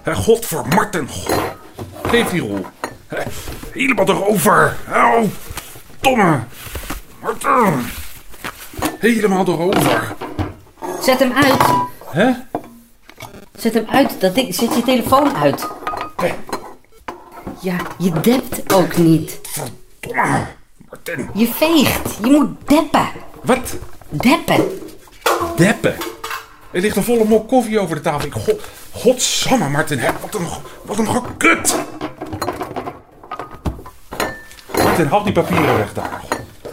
Godver, Martin. Geef die rol. Helemaal erover. Oh, domme. Martin. Helemaal erover. Zet hem uit. Hè? Zet hem uit. Dat ding, zet je telefoon uit. Hey. Ja, je dept ook niet. Verdomme, Martin. Je veegt. Je moet deppen. Wat? Deppen. Deppen? Er ligt een volle mok koffie over de tafel. Godsamme, Martin. Hè? Wat een gekut. Martin, haal die papieren weg daar.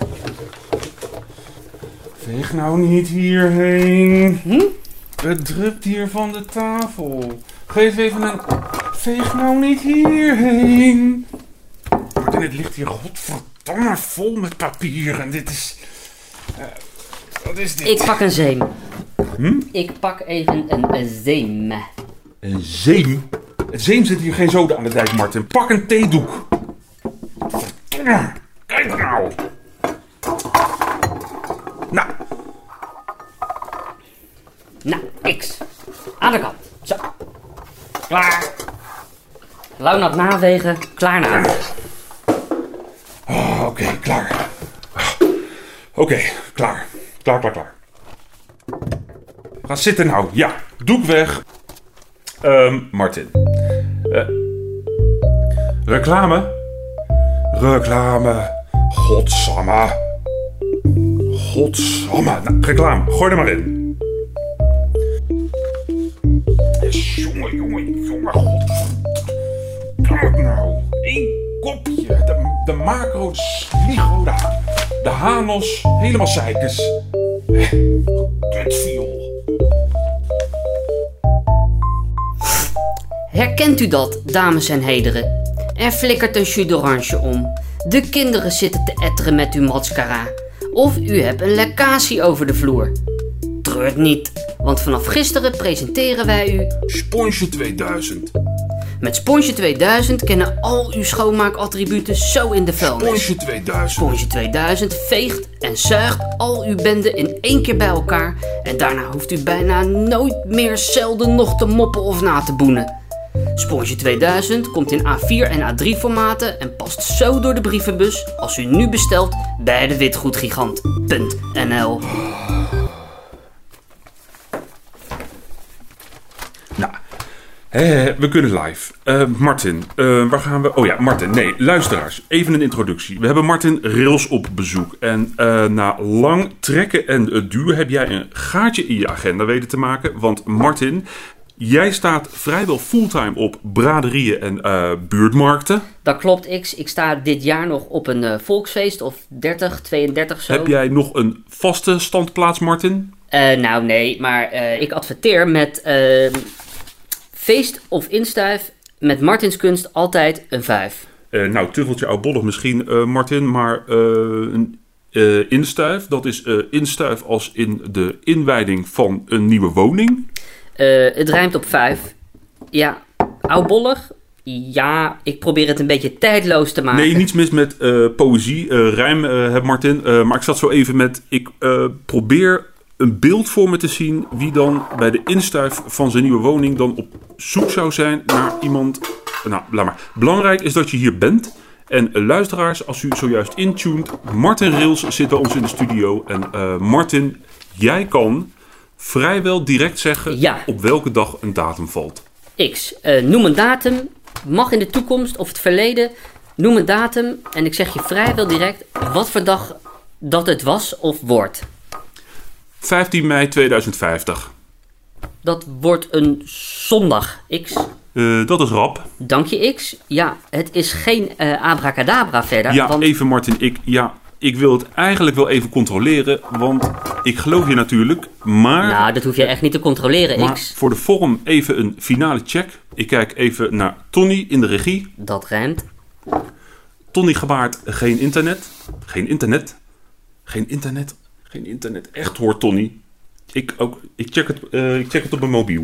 Veeg nou niet hierheen. Het drupt hier van de tafel. Geef even een... Veeg nou niet hierheen. Martin, het ligt hier godverdomme vol met papier. En dit is... wat is dit? Ik pak een zeem. Ik pak even een zeem. Een zeem? Het zeem zit hier geen zoden aan de dijk, Martin. Pak een theedoek. Verdomme. Kijk nou. Nou, X. Aan de kant. Zo. Klaar. Lauw nat navegen. Klaar na. Oké, klaar. Oké, klaar. Klaar. Ga zitten nou. Ja, doek weg. Martin. Reclame. Godsamme. Nou, reclame. Gooi er maar in. Jongen. Kijk nou. Eén kopje. De macro, de sligo, de hanos. Helemaal zeikers. Kutviool. Herkent u dat, dames en heren? Er flikkert een jus d'orange om. De kinderen zitten te etteren met uw mascara. Of u hebt een lekkasie over de vloer. Treurt niet, want vanaf gisteren presenteren wij u... Sponsje 2000. Met Sponsje 2000 kennen al uw schoonmaakattributen zo in de vuilnis. Sponsje 2000. Sponsje 2000 veegt en zuigt al uw bende in één keer bij elkaar. En daarna hoeft u bijna nooit meer zelden nog te moppen of na te boenen. Sponsje 2000 komt in A4 en A3 formaten en past zo door de brievenbus als u nu bestelt bij de witgoedgigant.nl. Nou, we kunnen live. Martin, waar gaan we? Oh ja, Martin. Nee, luisteraars. Even een introductie. We hebben Martin Rails op bezoek. En na lang trekken en duwen heb jij een gaatje in je agenda weten te maken. Want Martin, jij staat vrijwel fulltime op braderieën en buurtmarkten. Dat klopt, X. Ik sta dit jaar nog op een volksfeest of 30, 32 zo. Heb jij nog een vaste standplaats, Martin? Nou nee, maar ik adverteer met feest of instuif met Martinskunst altijd een 5. Nou, tuffeltje oudbollig misschien, Martin, maar een instuif, dat is instuif als in de inwijding van een nieuwe woning. Het rijmt op 5. Ja, oudbollig. Ja, ik probeer het een beetje tijdloos te maken. Nee, niets mis met poëzie, rijm, Martin. Maar ik zat zo even met... Ik probeer een beeld voor me te zien wie dan bij de instuif van zijn nieuwe woning dan op zoek zou zijn naar iemand... Nou, laat maar. Belangrijk is dat je hier bent. En luisteraars, als u zojuist intuned, Martin Rails zit bij ons in de studio. En Martin, jij kan vrijwel direct zeggen op welke dag een datum valt. X, noem een datum, mag in de toekomst of het verleden, noem een datum en ik zeg je vrijwel direct wat voor dag dat het was of wordt. 15 mei 2050. Dat wordt een zondag, X. Dat is rap. Dank je, X. Ja, het is geen abracadabra verder. Ja, want... even Martin, ik wil het eigenlijk wel even controleren, want ik geloof je natuurlijk, maar... Nou, dat hoef je echt niet te controleren, maar X. Voor de vorm even een finale check. Ik kijk even naar Tony in de regie. Dat rijmt. Tony gebaard, geen internet. Geen internet. Echt hoor, Tony. Ik check het op mijn mobiel.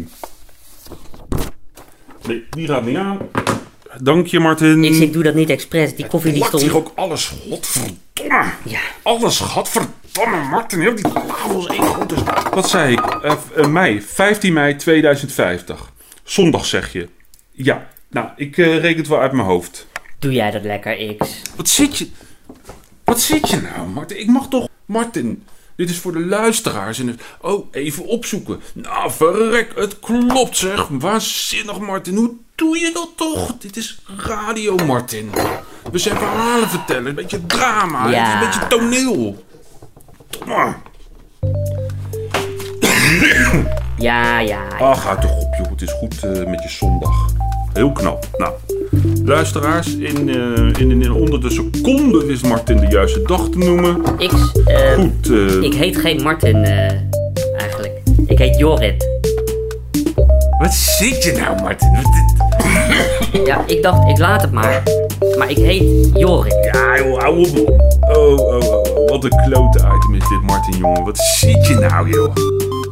Nee, die gaat niet aan. Dank je, Martin. Ik doe dat niet expres. Die koffie die stond... hier ook alles, godverdomme. Ja. Alles, godverdomme, Martin. Heel die tafels één grote... Wat zei ik? 15 mei 2050. Zondag zeg je. Ja, nou, ik reken het wel uit mijn hoofd. Doe jij dat lekker, X? Wat zit je nou, Martin? Ik mag toch... Martin, dit is voor de luisteraars. Oh, even opzoeken. Nou, verrek, het klopt zeg. Waanzinnig, Martin. Hoe doe je dat toch? Dit is radio, Martin. We zijn verhalen vertellen. Een beetje drama. Ja. Het is een beetje toneel. Ja. Ach, houd toch op, joh. Het is goed met je zondag. Heel knap. Nou, luisteraars, in onder de seconde wist Martin de juiste dag te noemen. X, Goed. ik heet geen Martin, eigenlijk. Ik heet Jorrit. Wat zit je nou, Martin? Ja, ik dacht, ik laat het maar. Maar ik heet Jorrit. Ja, joh, hou op. Oh, wat een klote item is dit, Martin, jongen. Wat zit je nou, joh?